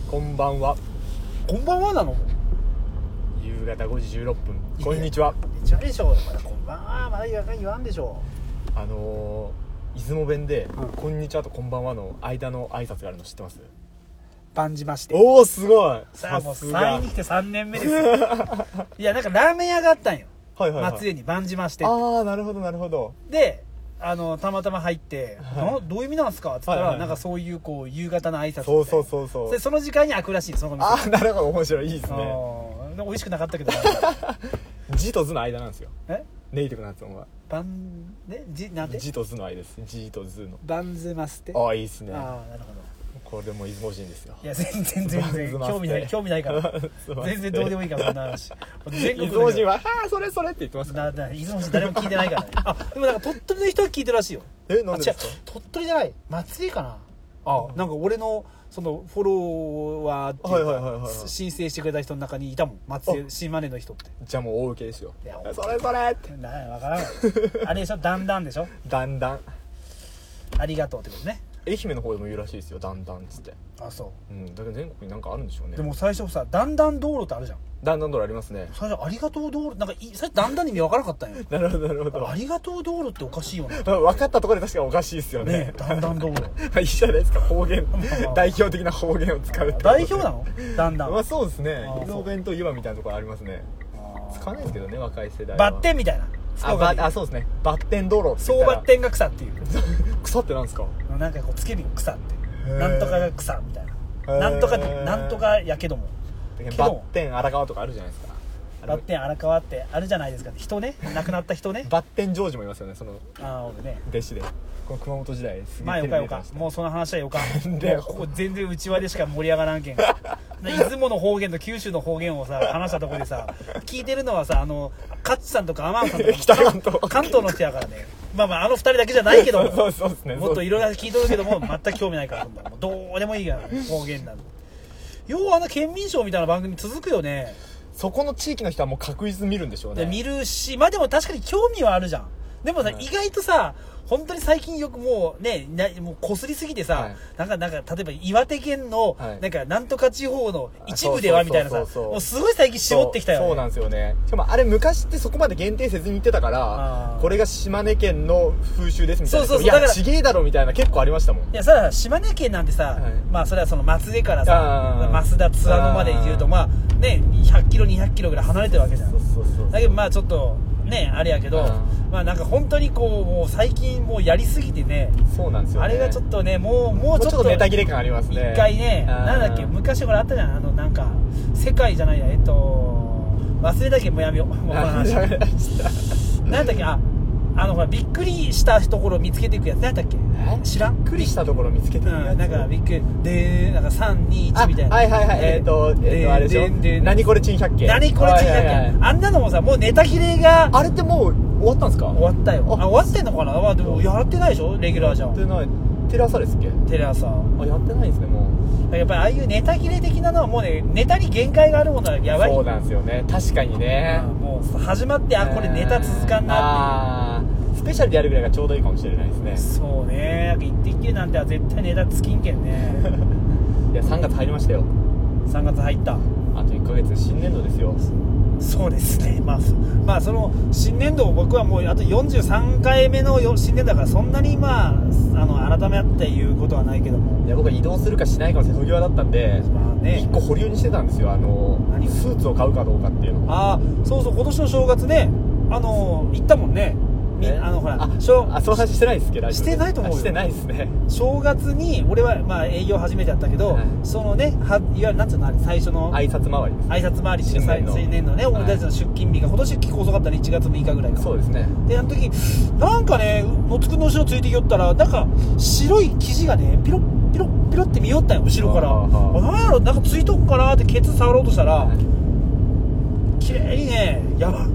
こんばんは。 こんばんはなの？ 夕方5時16分。こんにちは。 一応でしょ。まだこんばんはまだ言わんでしょ。 出雲弁で、 うんこんにちはとこんばんはの間の挨拶があるの知ってます？ 番じまして。 おーすごい。 さあもうさすが 3に来て3年目ですよ。いやなんかラーメン屋があったんよ。 はいはいはい。 松江に番じまして。 ああなるほどなるほど。 でたまたま入って、 はいどういう意味なんすかって言ったら、 はいはいはいなんかそういうこう夕方の挨拶みたいな。 そうそうそうそう。 その時間に開くらしいその店。 ああなるほど面白い。いいですね。 美味しくなかったけど。 字と図の間なんですよ。 え？ ネイティブな発音は。 なんで？ 字と図の間です。字と図の。 バンズマステ。 ああいいですね。 ああなるほど。 これも出雲人ですよ。 いや全然興味ないから全然どうでもいいからそんな話。全出雲人はそれって言ってますか？ 出雲人誰も聞いてないからね。あでもなんか鳥取の人は聞いてるらしいよ。 なんでですか？ 鳥取じゃない松江かな。なんか俺のそのフォロワーっていうか申請してくれた人の中にいたもん。松江島根の人って。 じゃあもう大受けですよ。 いやそれって分からない。あれでしょだんだんでしょ。 だんだんありがとうってことね。 愛媛の方でも言うらしいですよ。だんだんっつって。 あそう。 だけど全国になんかあるんでしょうね。 でも最初さだんだん道路ってあるじゃん。 だんだん道路ありますね。 最初ありがとう道路なんか最初だんだんに意味分からなかったんよ。 なるほどなるほど。 ありがとう道路っておかしいよね。 分かったところで確かにおかしいですよね。 ねだんだん道路。 いいじゃないですか。方言代表的な方言を使うって代表なの？だんだん。 まあそうですね。 あ出雲弁といえばみたいなところありますね。使わないですけどね若い世代は。 バッテンみたいな。 そうですね。バッテン道路ってそうバッテンが草っていう。 草ってなんですか？ なんかこうつけるよ草って。なんとかが草みたいな。なんとかやけども。 バッテン荒川とかあるじゃないですか。 バッテン荒川ってあるじゃないですか。人ね亡くなった人ね。 バッテンジョージもいますよね。その俺ね。 弟子で。この熊本時代すげえ。 まあよかもうその話はよか。 でここ全然内輪でしか盛り上がらんけん。出雲の方言と九州の方言をさ話したところでさ聞いてるのはさカッチさんとかアマンさんとか関東の人やからね。まああの二人だけじゃないけどそうですね。 もっといろいろ聞いとるけども全く興味ないからもうどうでもいいから方言なの。よう県民賞みたいな番組続くよね。 そこの地域の人はもう確実に見るんでしょうね。 見るしまあでも確かに興味はあるじゃん。でもさ、意外とさ本当に最近よくもうねもうこすりすぎてさ、なんか例えば岩手県の、なんとか地方の一部ではみたいなさもうすごい最近絞ってきたよね。 そうなんですよね。しかもあれ昔ってそこまで限定せずに言ってたからこれが島根県の風習ですみたいな。いやちげえだろみたいな結構ありましたもん。 いやさ島根県なんてさ、まあそれはその松江からさ増田津和野まで言うとまあね100キロ200キロぐらい離れてるわけじゃん。だけどまあちょっとねあれやけどまあなんか本当にこうもう最近もうやりすぎてね。 そうなんですよね。 あれがちょっとねもうちょっとネタ切れ感ありますね。 一回ねなんだっけ昔これあったじゃんなんか世界じゃないや忘れたけどもうやめよう。もうこの話なんだっけほらびっくりしたところを見つけていくやつなんだっけ知らん？ びっくりしたところを見つけていくやつ。 なんかびっくりでなんか321みたいな。 はいあれでしょ。何これ珍百景。 何これ珍百景。あんなのもさもうネタ切れがあれってもう終わったんですか？終わったよ。終わってんのかな。でもやってないでしょレギュラーじゃん。 やってない。テレ朝ですっけ？ テレ朝。 やってないんですねもう。 やっぱりああいうネタ切れ的なのはもうねネタに限界があるものはやばい。 そうなんですよね。確かにね。 もう始まってこれネタ続かんなっていう。 スペシャルでやるぐらいがちょうどいいかもしれないですね。 そうね。一滴球なんては絶対ネタ尽きんけんね。 いや3月入りましたよ。 3月入った。 あと1ヶ月新年度ですよ。 そうですね。まあその新年度僕はもうあと43回目の新年度だからそんなに改めっていうことはないけども。 いや僕は移動するかしないかの瀬戸際だったんで、1個保留にしてたんですよ。スーツを買うかどうかっていうの。 そう今年の正月ね行ったもんね。ほらその話してないですけど。 してないと思うよ。 してないですね。 正月に俺は営業初めてやったけど、そのねいわゆるなんつうの最初の挨拶回りです。 挨拶回りっていう新年のね俺たちの出勤日が今年結構遅かったね。1月6日ぐらいか。 そうですね。 であの時なんかね野津くんの後ろついてきよったらなんか白い生地がねピロって見よったんよ後ろから。なんやろなんかついとくかなってケツ触ろうとしたら綺麗にね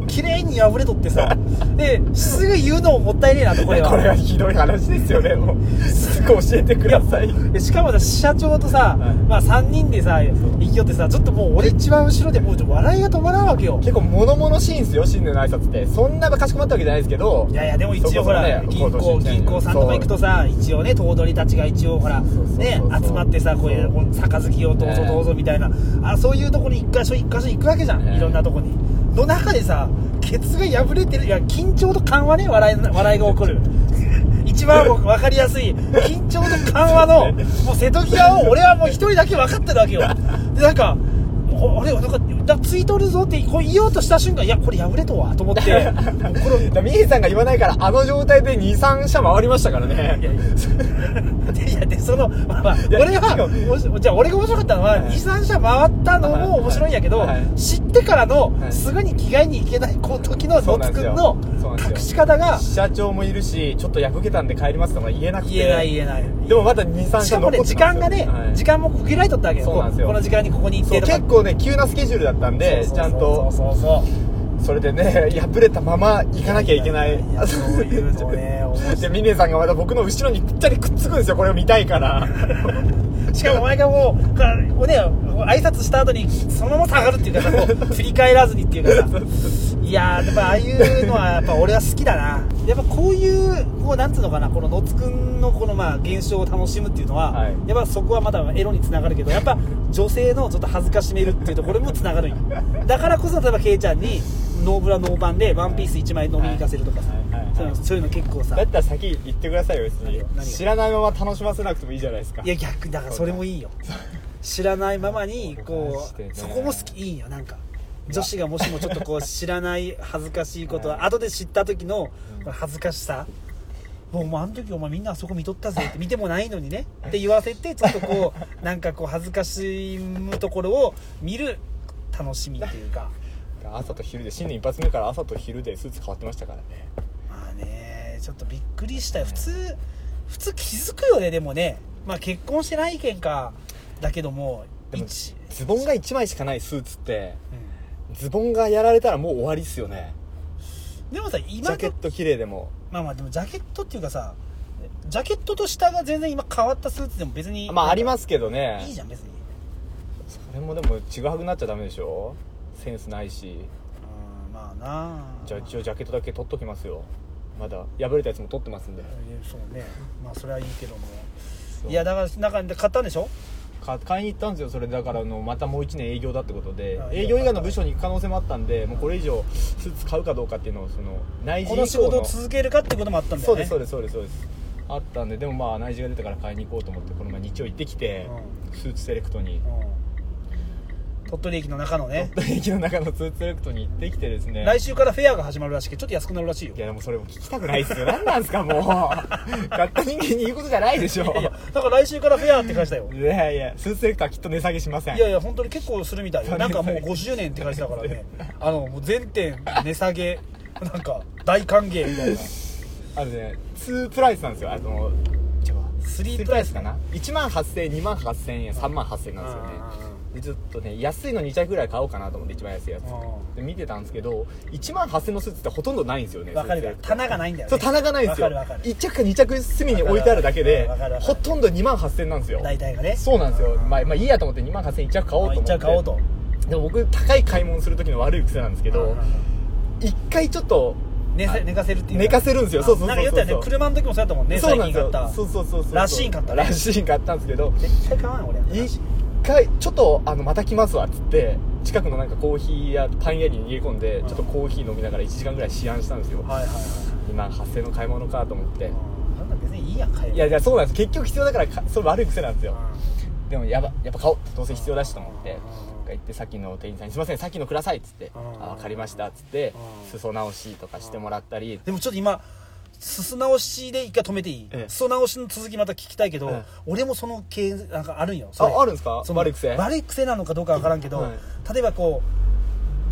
綺麗に破れとってさですぐ言うのももったいねえなと。これはひどい話ですよね。もうすぐ教えてください。 しかもさ社長とさ、まあ、3人でさ行きよってさ、ちょっともう俺一番後ろでもう笑いが止まらんわけよ。 結構物々しいんですよ、新年の挨拶って。そんなかしこまったわけじゃないですけど、 いやでも一応ほら、ね、銀行さんとか行くとさ、一応ね頭取たちが一応ほらね集まってさ、こういう杯をどうぞどうぞみたいな、そういうとこに一箇所行くわけじゃん、いろんなとこにの中でさ、ケツが破れてる。いや緊張と緩和ね、笑いが起こる一番分かりやすい緊張と緩和のもう瀬戸際を俺はもう一人だけ分かってるわけよ。でなんかあれなんかついとるぞってこう言おうとした瞬間、いやこれ破れとはと思ってミエさんが言わないからあの状態で 2,3 社回りましたからね。 いやでその俺はじゃあ俺が面白かったのは 2,3 社回ったのも面白いんやけど、知ってからのすぐに着替えに行けない時の野津くんの隠し方が、 社長もいるしちょっと破けたんで帰りますとか言えなくて、 言えないでもまだ 2,3 社残ってますよ。 しかもね時間がね、時間も区切られとったわけよ。 そうなんですよ。 この時間にここに行ってとか結構ね急なスケジュールだったんで、ちゃんとそれでね破れたまま行かなきゃいけない。 そういうのねでミネさんがまた僕の後ろにぴったりくっつくんですよ、これを見たいからしかもお前がもうね挨拶した後にそのまま下がるっていうかさ、こう振り返らずにっていうかさいややっぱああいうのはやっぱ俺は好きだな。やっぱこういうこうなんつうのかな、この野津くんのこのまあ現象を楽しむっていうのは、やっぱそこはまたエロにつながるけど、やっぱ女性のちょっと恥ずかしめるっていうところにもつながるんよ。だからこそ例えばケイちゃんにノーブラノーパンでワンピース1枚飲みに行かせるとかさ、そういうの結構さ。 だったら先言ってくださいよ、別に知らないまま楽しませなくてもいいじゃないですか。 いや逆だからそれもいいよ知らないままにこうそこも好き、いいよ。なんか女子がもしもちょっとこう知らない恥ずかしいことは後で知った時の恥ずかしさ、もうあの時お前みんなあそこ見とったぜって見てもないのにねって言わせて、ちょっとこうなんかこう恥ずかしむところを見る楽しみっていうか朝と昼で新年一発目から朝と昼でスーツ変わってましたからね。 まあねちょっとびっくりしたよ。普通気づくよね。でもね、まあ結婚してないけんかだけども、 でもズボンが1枚しかないスーツって、ズボンがやられたらもう終わりっすよね。 でもさ今ジャケット綺麗でもまあでもジャケットっていうかさ、ジャケットと下が全然今変わったスーツでも別にまあありますけどね。 いいじゃん別に。 それもでもちぐはぐになっちゃダメでしょ、センスないし。 まあなじゃあ一応ジャケットだけ取っときますよ。まだ破れたやつも取ってますんで。 そうね、まあそれはいいけども。いやだからなんか買ったんでしょ。 買いに行ったんですよ。それだからまたもう1年営業だってことで、営業以外の部署に行く可能性もあったんで、もうこれ以上スーツ買うかどうかっていうのを内示以降のこの仕事を続けるかってこともあったんだよね。 そうですあったんで、でもまあ内示が出たから買いに行こうと思ってこの前日曜行ってきて、スーツセレクトに、 鳥取駅の中のね、 鳥取駅の中のスーツセレクトに行ってきてですね、 来週からフェアが始まるらしくてちょっと安くなるらしいよ。 いやでもそれも聞きたくないっすよ。何なんすかもう買った人間に言うことじゃないでしょ。 いやだから来週からフェアって返したよ。 いやスーツセレクトはきっと値下げしません。 いや本当に結構するみたいよ。なんかもう50年って返したからねもう全店値下げなんか大歓迎みたいなね2プライスなんですよ。 3プライスかな。1万8000円、2万8000円、3万8000円なんですよね。でちょっとね安いの2着ぐらい買おうかなと思って一番安いやつで見てたんですけど、1万8000円のスーツってほとんどないんですよね。 わかる。棚がないんだよね。 そう棚がないんですよ。1着か2着隅に置いてあるだけでほとんど2万8000円なんですよ。 大体がね。 そうなんですよ。まあいいやと思って2万8000円1着買おうと思って。 1着買おうと。 でも僕高い買い物する時の悪い癖なんですけど、1回ちょっと寝かせるっていう寝かせるんですよ。そうなんか言ったよね。車の時もそうやったもんね。最近買った。 そうラシーン買ったね。 ラシーン買ったんですけど、 絶対買わん俺。 一回ちょっとまた来ますわっつって近くのなんかコーヒーやパン屋に逃げ込んで、ちょっとコーヒー飲みながら1時間ぐらい思案したんですよ。2万8000円の買い物かと思って。 なんだ別にいいやん買え。 いやそうなんです。結局必要だからそれ悪い癖なんですよ。でもやっぱ買おう。どうせ必要だしと思って。行ってさっきの店員さんにすいませんさっきのくださいっつって分かりましたっつって裾直しとかしてもらったり。 でもちょっと今裾直しで一回止めていい？裾直しの続きまた聞きたいけど、俺もその系なんかあるんよ。 あるんですか？悪い癖なのかどうか分からんけど、例えばこう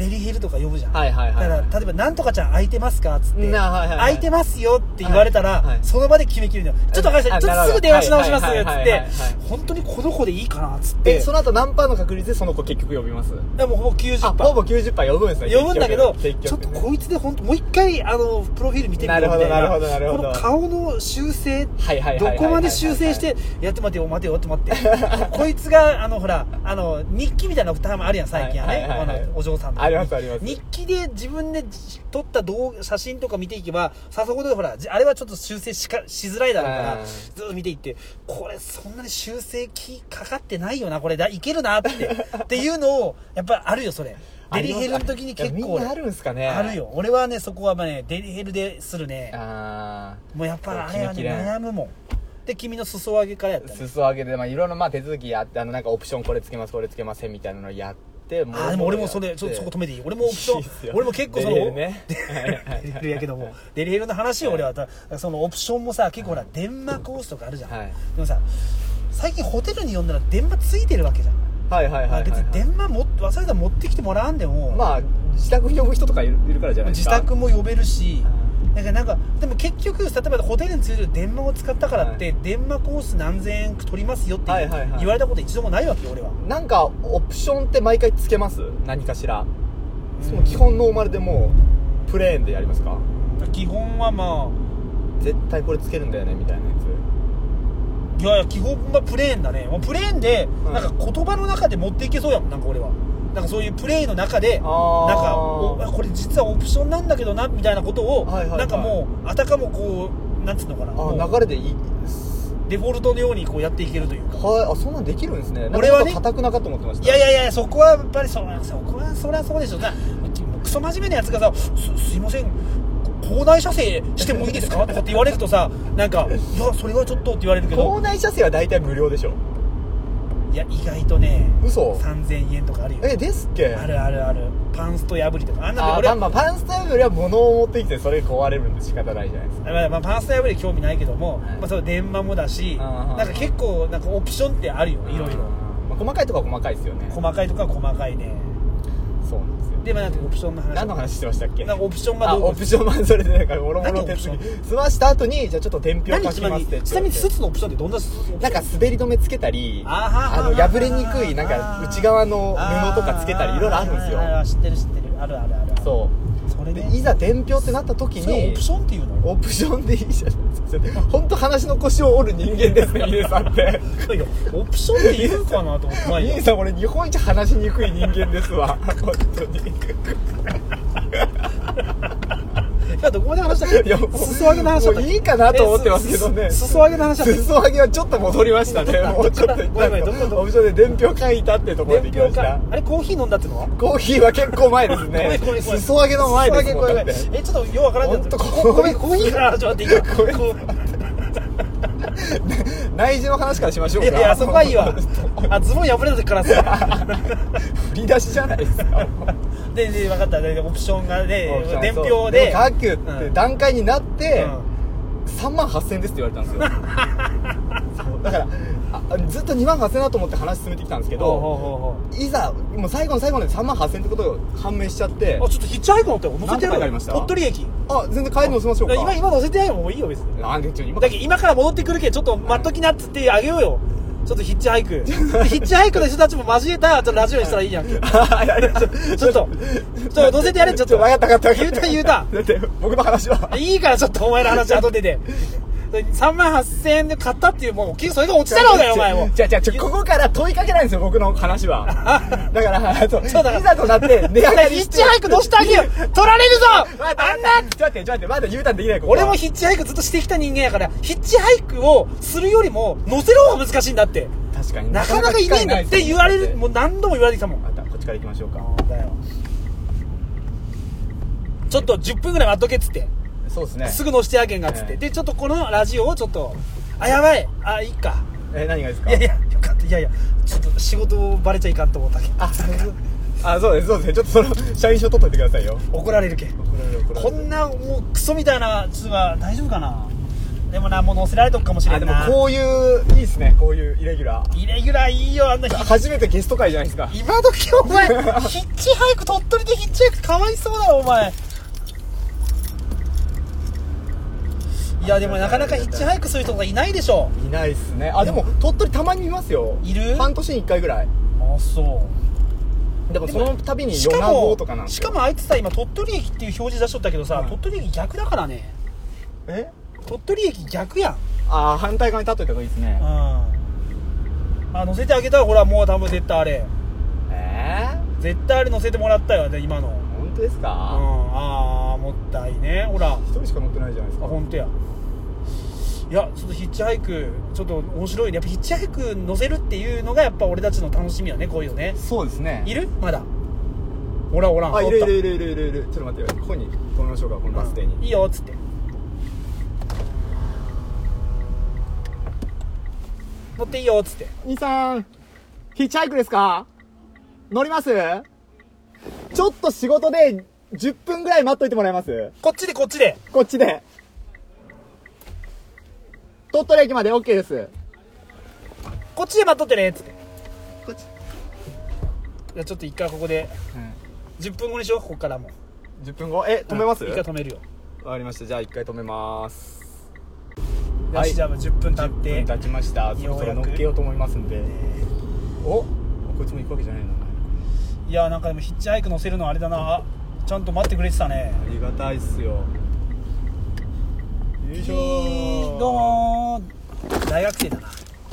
デリヘルとか呼ぶじゃん、 はいはいはい、 だから例えばなんとかちゃん空いてますかっつって、 はいはいはい、 空いてますよって言われたら、 はいはい、 その場で決めきるんだよ。ちょっと分かりました、ちょっとすぐ電話し直しますっつっはいて、本当にこの子でいいかなっつって、 その後何パーの確率でその子結局呼びます？ でもほぼ 90%、 ほぼ 90% 呼ぶんですね。 呼ぶんだけど、 ね、 ちょっとこいつで本当もう一回プロフィール見てみようみたいな、この顔の修正、どこまで修正して、やって待てよ待てよって待ってこいつがほら日記みたいなたまあるやん最近はね、お嬢さんのありますあります。 日記で自分で撮った写真とか見ていけばさそこでほらあれはちょっと修正しづらいだろうからずっと見ていって、これそんなに修正かかってないよなこれいけるなっていうのをやっぱりあるよそれ。デリヘルの時に結構みんなあるんすかね。 あるよ。俺はねそこはねデリヘルでするね。もうやっぱあれはね悩むもん。で君の裾上げからやったね。 裾上げでいろいろ手続きやってなんかオプションこれつけますこれつけませんみたいなのやって。でも俺もそれそこ止めていい？俺もオプション俺も結構そのデリヘルねデリヘルやけどもデリヘルの話を俺はそのオプションもさ結構ほら電話コースとかあるじゃん。でもさ最近ホテルに呼んだら電話ついてるわけじゃん。別に電話わざわざ持ってきてもらわんでもまあ自宅に呼ぶ人とかいるからじゃないですか。 自宅も呼べるし、なんかでも結局例えばホテルについてる電話を使ったからって、電話コース何千円取りますよって言われたこと一度もないわけよ俺は。なんかオプションって毎回つけます？何かしら。その基本ノーマルでもうプレーンでやりますか？ 基本はまあ絶対これつけるんだよねみたいなやつ。 いや基本はプレーンだね。もうプレーンでなんか言葉の中で持っていけそうやもん。なんか俺はなんかそういうプレイの中でなんかこれ実はオプションなんだけどなみたいなことをなんかもうあたかもこうなんつうのかな流れでいいデフォルトのようにこうやっていけるというか。 そんなんできるんですね。 俺はね固くなかと思ってました。 いやそこはやっぱりそこはそりゃそうでしょ。クソ真面目なやつがさすいません校内射精してもいいですかとかって言われるとさなんかいやそれはちょっとって言われるけど、 校内射精は大体無料でしょ。 いや意外とね嘘 3000円とかあるよ。 ですっけ。 あるパンスト破りとかパンスト破りは物を持ってきてそれ壊れるんで仕方ないじゃないですか。 パンスト破り興味ないけども、それ電話もだしなんか結構なんかオプションってあるよいろいろ。 細かいとこは細かいですよね。 細かいとこは細かいね。 そうなんですよ。 でなんてオプションの話何の話してましたっけ。 なんかオプションがどうオプションはそれでなんかもろもろ手続き済ました後にじゃあちょっと伝票書きますって。 ちなみにスーツのオプションってどんななんか滑り止めつけたり破れにくいなんか内側の布とかつけたりいろいろあるんですよ。 知ってるあるそうそれでいざ伝票ってなった時にオプションっていうの？ オプションでいいじゃないですか。本当話の腰を折る人間ですねミネさんって。 いやオプションって言うかなと思って。 ミネさん俺日本一話しにくい人間ですわ本当に。 いやどこまで話したっけ。いや裾上げの話だったっけ。 もういいかなと思ってますけどね。 裾上げの話だったっけ。 裾上げはちょっと戻りましたね。もうちょっとごめんオプションで伝票書いたってところで行きました。 あれコーヒー飲んだってのは？ コーヒーは結構前ですね。裾上げの前ですもん。 ちょっとようわからんけどごめんコーヒーから話待っていいか。 内需の話からしましょうか。 いやそこはいいわ。ズボン破れた時からさ振り出しじゃないですか。 で分かった。オプションがね伝票で書くって段階になって38,000円ですって言われたんですよ。だからずっと28,000円だと思って話進めてきたんですけど、いざもう最後の最後まで38,000円ってことが判明しちゃって、 ちょっとヒッチハイク乗って乗せてやるよ。鳥取駅全然帰り乗せましょうか。 今乗せてないよ。もういいよ別に。 なんでだけど今から戻ってくるけどちょっと待っときなっつってあげようよ。ちょっとヒッチハイクヒッチハイクの人たちも交えたラジオにしたらいいやんけ。ちょっと乗せてやれ。ちょっと分かった言うただって僕の話はいいからちょっとお前の話後で38,000円で買ったっていうもうそれが落ちたのだよお前も。 じゃここから問いかけないんですよ僕の話は。だからいざとなって値上がりヒッチハイク乗せてあげよう。取られるぞあんな。 ちょっと待ってまだ U ターンできない。 俺もヒッチハイクずっとしてきた人間やからヒッチハイクをするよりも乗せる方が難しいんだって。 確かになかなかいねえんだって言われる。もう何度も言われてきたもん。 こっちから行きましょうか。 ちょっと10分ぐらい待っとけっつって。 そうですね。 すぐ乗せてあげんがっつって、でちょっとこのラジオをちょっとやばいいいか。 何がですか。 いやよかった。いやちょっと仕事バレちゃいかんと思ったけど。 そうですちょっとその社員証取っといてくださいよ。 怒られるけ。こんなもうクソみたいなやつは大丈夫かな。 でもな、もう乗せられとくかもしれんな。 でもこういういいですね、こういうイレギュラー。 イレギュラーいいよ、あんな初めてゲスト会じゃないですか。 今時お前ヒッチハイク、鳥取でヒッチハイクかわいそうだろお前。いやでもなかなかヒッチハイクする人がいないでしょ。 いないっすね。でも鳥取たまに見ますよ。 いる？ 半年に1回ぐらい。 あ、そうでもその度に米子とかなんですよ。 しかもあいつさ、今鳥取駅っていう表示出しとったけどさ、 はい、 鳥取駅逆だからね。鳥取駅逆やん。 反対側に立っといた方がいいですね。 乗せてあげたら、ほらもう多分絶対あれ。絶対あれ乗せてもらったよね、今の。 本当ですか？ もったいね。ほら一人しか乗ってないじゃないですか。 本当や。いや、ちょっとヒッチハイクちょっと面白いね。やっぱヒッチハイク乗せるっていうのがやっぱ俺たちの楽しみよね、こういうのね。 そうですね。 いる？まだおらん。 いる。ちょっと待ってよ、ここに止めましょうか、このバス停に。 いいよっつって乗っていいよっつって。 兄さん、ヒッチハイクですか？乗ります？ちょっと仕事で10分ぐらい待っといてもらえます？ こっちで鳥取駅まで OK です。 こっちで待っとってねっつって。こっち。じゃあちょっと一回ここで、10分後にしよう。ここからもう 10分後。止めます？ 一回止めるよ。 わかりました。じゃあ一回止めます。 よし、じゃあ10分経って。 10分経ちました。そろそろ乗っけようと思いますんで。こいつも行くわけじゃないの。 いや、なんかでもヒッチハイク乗せるのあれだな。ちゃんと待ってくれてたね。 ありがたいっすよ。よいしょー。 どうもー。大学生だな。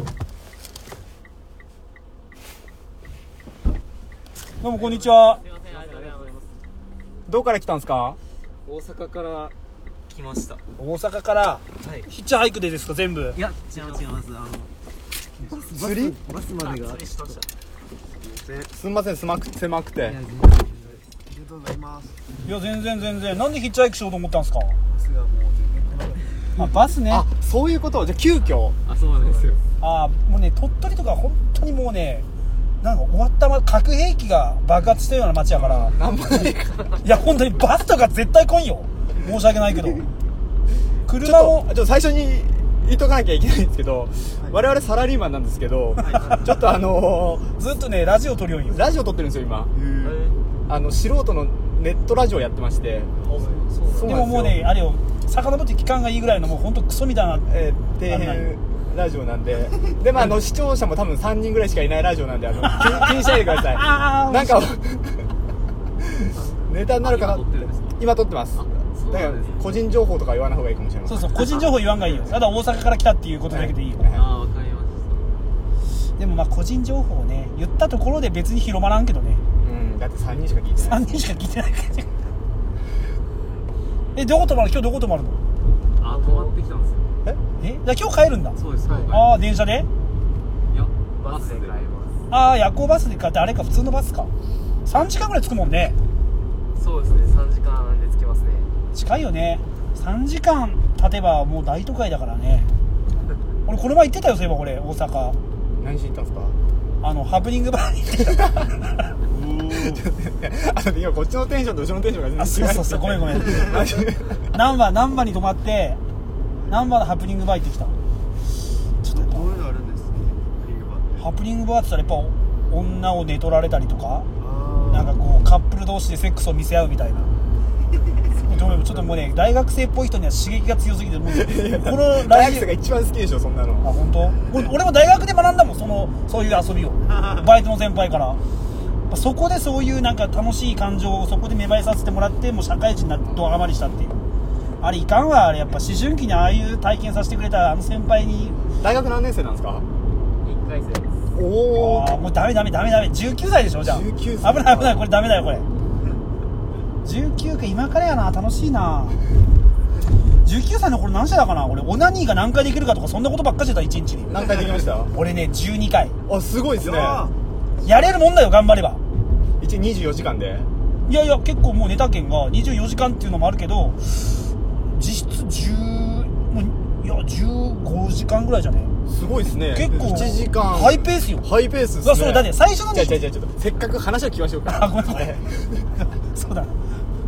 どうもこんにちは。 すいません、ありがとうございます。 どこから来たんですか？ 大阪から来ました。 大阪から、 はい。 ヒッチハイクでですか、全部？ いや、違います。 釣り？ バスまでが。 すみません、狭くて。 ありがとうございます。 いや、全然。なんでヒッチハイクしようと思ったんですか？ バスがもう全然来なかった。 バスね。 そういうこと。じゃあ急遽。 そうなんですよ。 もうね、鳥取とか本当にもうね、なんか終わった核兵器が爆発したような街やから。 なんもないから。 いや、本当にバスとか絶対来んよ。申し訳ないけど。車も。 ちょっと最初に言っとかなきゃいけないんですけど、我々サラリーマンなんですけど、ちょっとずっとね、ラジオ撮るよ。 ラジオ撮ってるんですよ、今。素人のネットラジオやってまして。 でももうね、あれよ、遡って期間がいいぐらいのもう本当クソみたいな底辺ラジオなんで、で視聴者も多分3人ぐらいしかいないラジオなんで、気にしないでください。なんかネタになるかな。今撮ってます。だから個人情報とか言わない方がいいかもしれない。 そう、個人情報言わんがいいよ。ただ大阪から来たっていうことだけでいいよ。 わかりましでも個人情報をね、言ったところで別に広まらんけどね。 だって3人しか聞いてない。 3人しか聞いてないから。どこ泊まる？今日どこ泊まるの？ 泊まってきたんですよ。 じゃあ今日帰るんだ。 そうです。 電車で？ いや、バスで帰ります。 夜行バスでかってあれか、普通のバスか。3時間ぐらい着くもんね。 そうですね、3時間で着きますね。 近いよね。3時間経てばもう大都会だからね。俺この前行ってたよ、そういえばこれ大阪。 何しに行ったんですか？ ハプニングバーに行ってた。今こっちのテンションと後ろのテンションが全然違う。 そうごめん難波に泊まって難波のハプニングバー行ってきた。ちょっとどういうのあるんですね、 ハプニングバーって言ったらやっぱ女を寝取られたりとか、なんかこうカップル同士でセックスを見せ合うみたいな。ちょっともうね、大学生っぽい人には刺激が強すぎて、もうこの大学生が一番好きでしょ、そんなの。 本当？俺も大学で学んだもん、そういう遊びを。バイトの先輩から。そこでそういうなんか楽しい感情をそこで芽生えさせてもらって、もう社会人になってドハマりしたっていう。あれいかんわ。あれやっぱ思春期にああいう体験させてくれた先輩に。 大学何年生なんですか ？1回生です。 おお。 もうダメ19歳でしょ。じゃあ 19歳。 危ない、これダメだよこれ。19か、今からやな。楽しいな。19歳の頃何歳だかな。俺オナニーが何回できるかとかそんなことばっかりしてた。1日に何回できました？ 俺ね、12回。 すごいですね。 やれるもんだよ、頑張れば。 1日24時間で。 いや結構もう寝た件が24時間っていうのもあるけど、実質15時間ぐらいじゃね。 すごいですね。 結構 7時間ハイペースよ。 ハイペースですね。 それだって最初のじゃあちょっとせっかく話を聞きましょうか。 ごめん。そうだ。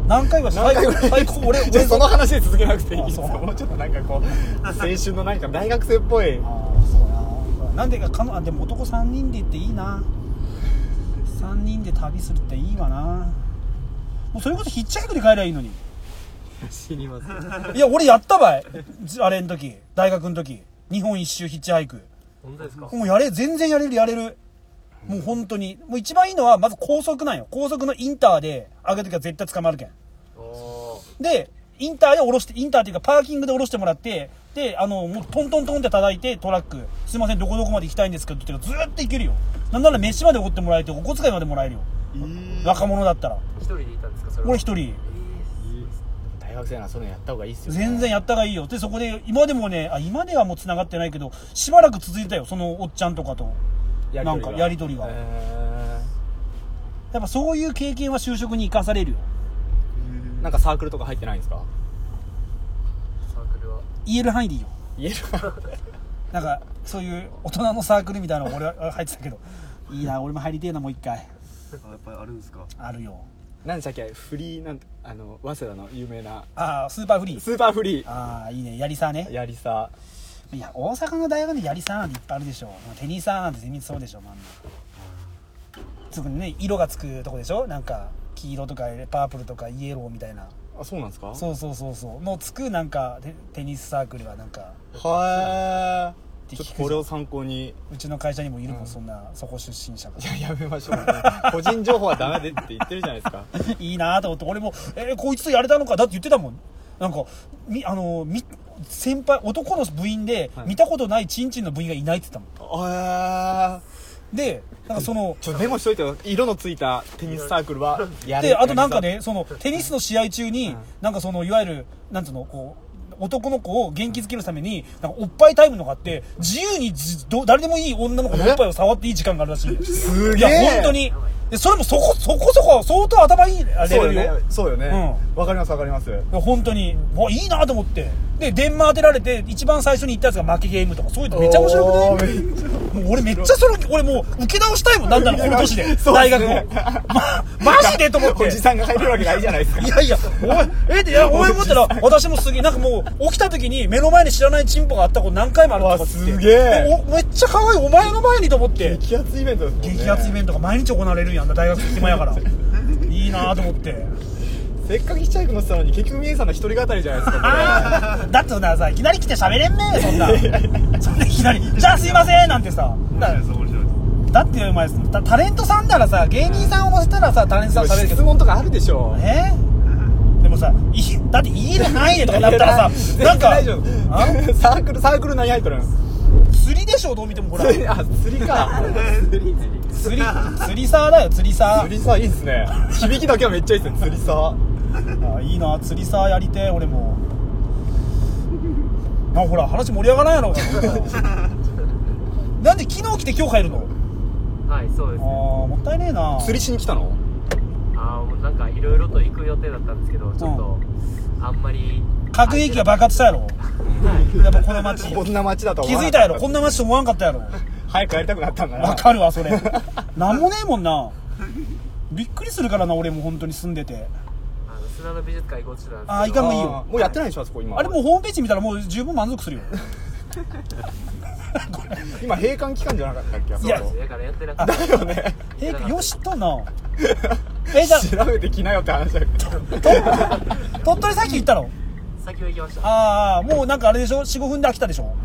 何回は何回ぐらい最高俺その話で続けなくていいですあそうもうちょっとなんかこう青春の何か大学生っぽい。 ああそうな。なんでかでも男3人で行っていいな。3人で旅するっていいわな。もうそれこそヒッチハイクで帰りゃいいのに。 死にますいや俺やったばい。あれの時大学の時日本一周ヒッチハイク。 本当ですか？ もう全然やれる。もう本当にもう一番いいのはまず高速なんよ。高速のインターで上げるときは絶対捕まるけん。でインターで降ろして、インターっていうかパーキングで降ろしてもらって、でもうトントントンって叩いてトラックすいませんどこどこまで行きたいんですけどって言ってずーっと行けるよ。なんなら飯までおごってもらえてお小遣いまでもらえるよ。若者だったら。 一人でいたんですかそれは？ 俺一人。 大学生ならそういうのやった方がいいっすよね。 全然やった方がいいよ。でそこで今でもね今ではもう繋がってないけどしばらく続いてたよ、そのおっちゃんとかとなんかやり取りが。やっぱそういう経験は就職に生かされるよ。 なんかサークルとか入ってないんですか？ サークルは言える範囲でいいよ。 言えるなんかそういう大人のサークルみたいなの俺は入ってたけどいいな、俺も入りてえなもう一回。 やっぱりあるんですか？ あるよ。 何でしたっけフリーなん早稲田の有名なスーパーフリー。 スーパーフリー。 ああいいね、やりさね。 やりさ。 いや大阪の大学でやりさなんていっぱいあるでしょ。テニサーなんて全然そうでしょ。まんな特にね色がつくとこでしょ。なんか黄色とかパープルとかイエローみたいな。 あ、そうなんですか？ そうのつくなんかテニスサークルはなんかはーい。ちょっとこれを参考に。 うちの会社にもいるもん、そんなそこ出身者が。 いややめましょう、ね、個人情報はダメでって言ってるじゃないですかいいなと思って俺もこいつとやれたのかだって言ってたもん。なんか先輩男の部員で見たことないチンチンの部員がいないって言ったもん。でなんかちょっとメモしといてよ。色のついたテニスサークルはやれ。 であとなんかねテニスの試合中に、なんかいわゆるなんつうのこう男の子を元気づけるためになんかおっぱいタイムのがあって自由に誰でもいい女の子のおっぱいを触っていい時間があるらしい。 すげえ。 いや本当に。でそれもそこそこ相当頭いいレベルよ。 そうよね。わかります本当にいいなと思って。で電話当てられて一番最初に言ったやつが負けゲームとかそういうのめっちゃ面白くない？もう俺めっちゃ俺もう受け直したいもん。なんだろうこの年で大学をマジでと思っておじさんが入れるわけないじゃないですか。 いやお前思ったら私もすげえなんかもう起きた時に目の前に知らないチンポがあったこと何回もあるとかって。 すげえ。 めっちゃ可愛いお前の前にと思って。 激アツイベントですもんね。激アツイベントが毎日行われるやんだ大学暇やからいいなと思って。 せっかくヒッチハイク乗ってたのに結局ミエさんの一人語りじゃないですか。 だってなさいきなり来て喋れんねそんないきなりじゃあすいませんなんてさだってお前タレントさんならさ芸人さんを乗せたらさタレントさん喋るけど質問とかあるでしょ。 でもさだって言える範囲でとかだったらさなんかサークル何入ってるん？ 釣りでしょどう見てもほら。 釣りか釣りサーだよ釣りサー。 釣りサーいいっすね。響きだけはめっちゃいいっすね釣りサー。 いいな釣りサーやりて俺も。ほら話盛り上がらんやろなんで昨日来て今日帰るの？ はいそうですね。 もったいねえな。 釣りしに来たの？ もうなんかいろいろと行く予定だったんですけどちょっとあんまり核兵器が爆発したやろ。やっぱこの街こんな街だと気づいたやろ。こんな街と思わんかったやろ。 早く帰りたくなったんだな。 わかるわそれなんもねえもんな。びっくりするからな俺も本当に住んでて。 砂の美術館行こうとしてたんですけど行かんもいいよ。 もうやってないでしょあそこ今。 あれもうホームページ見たらもう十分満足するよ今閉館期間じゃなかったっけ？ いやだからやってなかっただよね。 よしとなじゃあ調べてきなよって話だけど鳥取さっき行ったの？ 先は行きました。 もうなんかあれでしょ 4,5 分で飽きたでしょ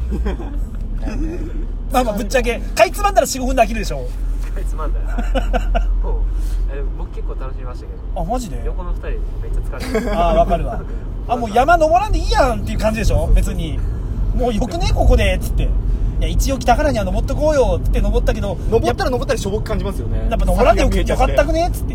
まあぶっちゃけかいつまんだら 4,5 分で飽きるでしょ。 かいつまんだら僕結構楽しみましたけど。 マジで？ 横の2人めっちゃ疲れてる。 わかるわもう山登らんでいいやんっていう感じでしょ別に。もうよくねここでっつって。いや一応来たからには登ってこうよって登ったけど登ったらしょぼく感じますよね。 やっぱ登らんでよかったくねっつって。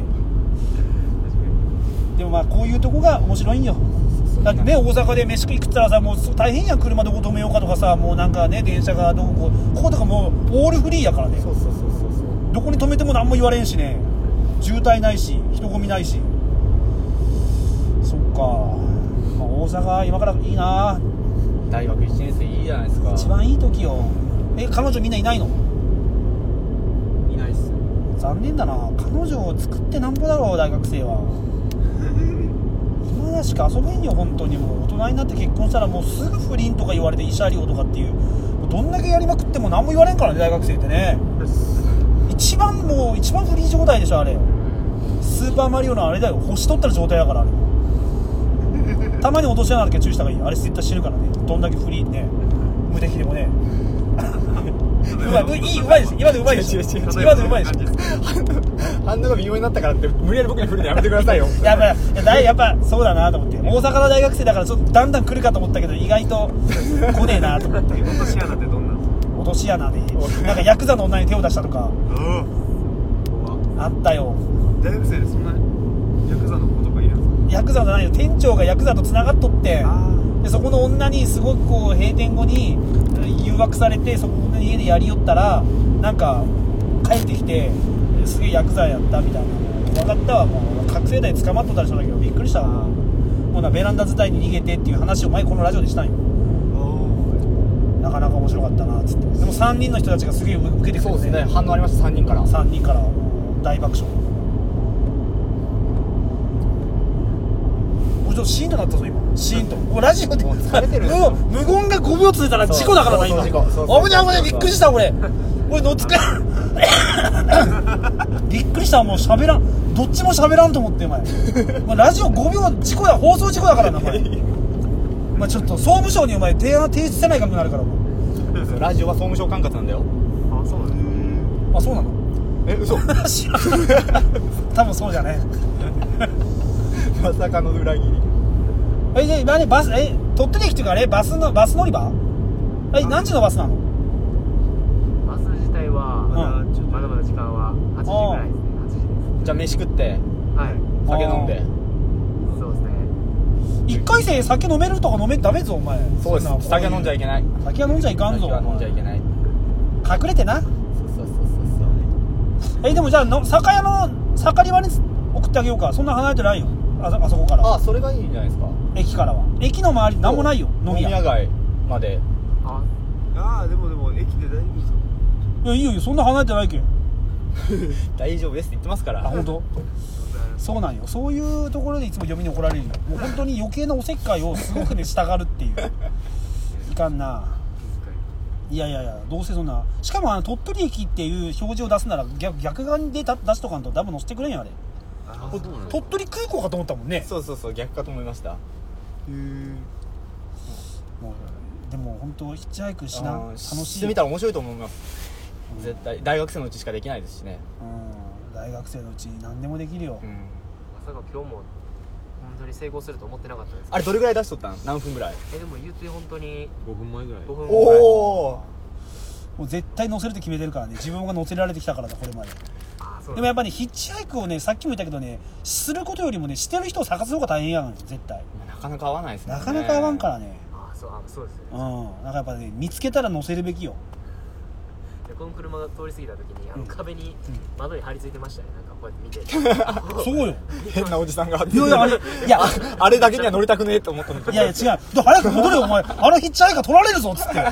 でもこういうとこが面白いんよ。だってね大阪で飯食い食ったらさもう大変やん。車どこ止めようかとかさもうなんかね電車がどここことかもうオールフリーやからね。 そうどこに止めても何も言われんしね。渋滞ないし人混みないし。そっか、大阪今からいいな。 大学1年生いいじゃないですか。 一番いい時よ。彼女みんないないの？ いないっす。 残念だな。彼女を作ってなんぼだろう大学生はらしか遊べんよ本当に。もう大人になって結婚したらもうすぐ不倫とか言われて慰謝料とかっていう、もうどんだけやりまくっても何も言われんからね大学生ってね。一番フリー状態でしょあれ。スーパーマリオのあれだよ、星取ったら状態だからあれ。たまに落とし穴だけ注意した方がいい。あれ絶対死ぬからね、どんだけフリーね無敵でもね。うまいです。今のうまいです。今のうまいです。 反応が微妙になったからって無理やり僕に振るのやめてくださいよ。 やっぱそうだなと思って、大阪の大学生だからちょっとだんだん来るかと思ったけど意外と来ねえなと思って。 落とし穴ってどんなんですか？ 落とし穴でなんかヤクザの女に手を出したとかあったよ。 大学生でそんなヤクザの子とかいるんですか？ ヤクザじゃないよ、店長がヤクザと繋がっとって、でそこの女にすごくこう閉店後に誘惑されてそこの家でやりよったらなんか帰ってきてすげえヤクザやったみたいな。分かったわ、もう覚醒剤捕まっとったりしたんだけどびっくりしたわ。もうなベランダ伝いに逃げてっていう話を前このラジオでしたんよ。なかなか面白かったなっつって。でも3人の人たちがすげえ受けてくれて、 そうですね、反応ありました。3人からもう大爆笑。ちょっとシーンとなったぞ今。シーンともうラジオでもう疲れてるんですよ。 無言が5秒続いたら事故だからな今。危ないびっくりしたこれのつかびっくりした。もう喋らん、どっちも喋らんと思ってお前ラジオ5秒事故や、放送事故だからなお前。ちょっと総務省にお前提案提出せないかもなるから。 ラジオは総務省管轄なんだよ。 あ、そうなんですあ、そうなの？ 嘘知らない多分そうじゃねまさかの裏切り。 じゃあ今ねバス鳥取駅っていうかあれバス乗り場何時のバスなの？ バス自体はまだまだ時間は8時ぐらいですね。8時です。 じゃあ飯食ってはい、 酒飲んで。 そうですね。 1回生酒飲めるとかダメぞお前。 そうです、酒飲んじゃいけない。 酒は飲んじゃいかんぞ。 酒は飲んじゃいけない。 隠れてな。 そうでもじゃあ酒屋の盛り場に送ってあげようか。そんな離れてないよ、あそこから。 あ、それがいいんじゃないですか。 駅からは。駅の周りなんもないよ、飲み屋街まで。 でも駅で大丈夫ですか？ いやいいよ、そんな離れてないけん大丈夫ですって言ってますから。 あ、本当。そうなんよ。そういうところでいつも嫁に怒られるよ。もう本当に余計なおせっかいをすごくね従うっていういかんな。いやどうせそんな。しかも鳥取駅っていう表示を出すなら逆側で出しとかんと多分乗せてくれんよあれ。鳥取空港かと思ったもんね。 そう逆かと思いました。 もうでも本当ヒッチハイクしな、楽しい。 してみたら面白いと思います、絶対。大学生のうちしかできないですしね。 大学生のうちに何でもできるよ。 まさか今日も本当に成功すると思ってなかったです。 あれどれぐらい出しとったん？何分ぐらい？ でも言うて本当に 5分前ぐらい。 5分前。 もう絶対乗せるって決めてるからね。自分が乗せられてきたからだこれまで。でもやっぱりヒッチハイクをね、さっきも言ったけどね、することよりもね、してる人を探す方が大変やん絶対。 なかなか合わないですね。 なかなか合わんからね。 そうですね。 なんかやっぱね、見つけたら乗せるべきよ。 でこの車が通り過ぎた時に壁に窓に張り付いてましたね。なんかこうやって見てそうよ。 変なおじさんがあれだけには乗りたくねえと思ったの。 いや違う、早く戻れよお前。あのヒッチハイク取られるぞっつって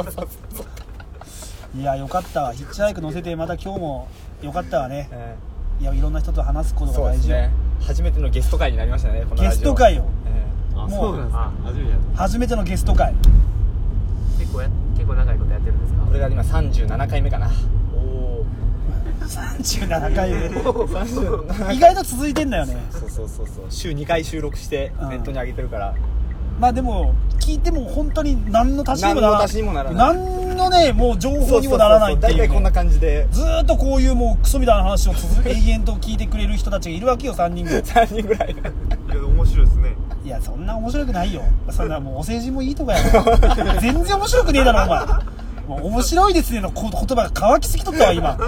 いやよかったわ。ヒッチハイク乗せてまた今日もよかったわね。いやいろんな人と話すことが大事よ。 そうですね、初めてのゲスト会になりましたね、このラジオ。 ゲスト会よ。 そうなんですか。 初めてのゲスト会。 結構長いことやってるんですか？ これが今37回目かな。 37回目意外と続いてんだよね。 そう週2回収録してネットに上げてるから。 まあでも聞いても本当に何の足しにもならない。何のねもう情報にもならないっていう、ね、 大体こんな感じでずーっとこういうもうクソみたいな話を永遠と聞いてくれる人たちがいるわけよ。3人ぐらい 3人ぐらい。 いや面白いですね。 いやそんな面白くないよ。そんなもうお世辞もいいとかや全然面白くねえだろお前。もう面白いですねの言葉が乾きすぎとったわ今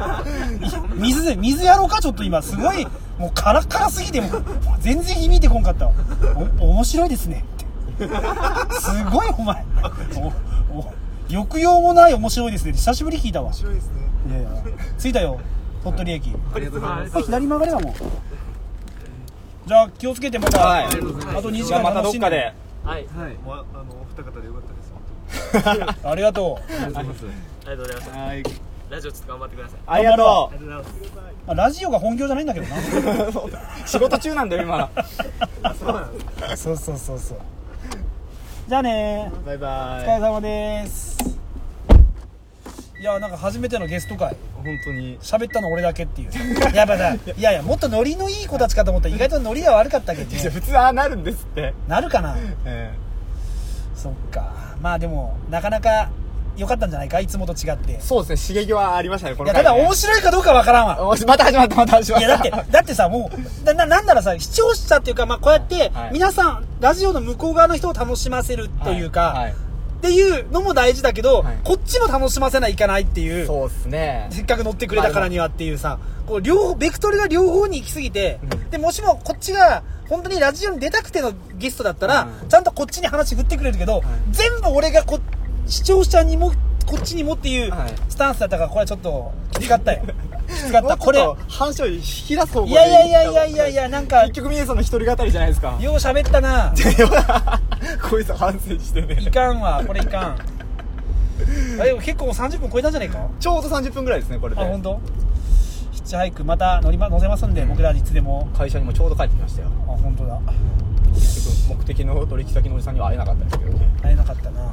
水やろうかちょっと今すごいもうカラカラすぎても全然響いてこんかったわ。面白いですねってすごいお前抑揚もない面白いですねって久しぶり聞いたわ。 面白いですね。 いや着いたよ鳥取駅。 ありがとうございます。 左曲がればもう。じゃあ気をつけてまた、 はい、 あと2時間またどっかで。 はい、 お二方でよかったです本当に。 ありがとう。 ありがとうございました。ラジオちょっと頑張ってください。 ありがとう。 ありがとうございます。 まあ、ラジオが本業じゃないんだけどな仕事中なんだよ今。 そうなんだ。 そうじゃあねー、 バイバイ。 お疲れ様です。いやなんか初めてのゲスト会本当に喋ったの俺だけっていうやっぱさいやもっとノリのいい子たちかと思ったら意外とノリが悪かったけど、ね、 普通ああなるんですって。 なるかな、そっか。まあでもなかなか良かったんじゃないか、いつもと違って。 そうですね、刺激はありましたね、このいやただ面白いかどうかわからんわ。 また始まったいやだってさ、もうなんならさ、視聴者っていうか、まあこうやって皆さんラジオの向こう側の人を楽しませるというか、っていうのも大事だけど、こっちも楽しませないかないっていう。 そうですね。 せっかく乗ってくれたからにはっていうさ、こう両方ベクトルが両方に行き過ぎて、でもしもこっちが本当にラジオに出たくてのゲストだったら、ちゃんとこっちに話振ってくれるけど、全部俺が視聴者にもこっちにもっていうスタンスだったから、これはちょっときつかったよ。きつかった。これ話を引き出す方向で。 いやなんか結局皆さんの一人語りじゃないですか。 よう喋ったな。 こいつ反省してね。 いかんわ、これいかん。あでも結構もう30分超えたんじゃないか。 ちょうど30分ぐらいですね、これで。 あ、本当？ヒッチハイクまた乗せますんで、僕らいつでも。 会社にもちょうど帰ってきましたよ。 あ、本当だ。 結局目的の取引先のおじさんには会えなかったですけどね。 会えなかったな。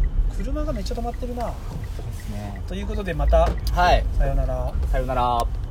車がめっちゃ止まってるな。 ですね。 ということでまた、 はい。 さようなら。 さようなら。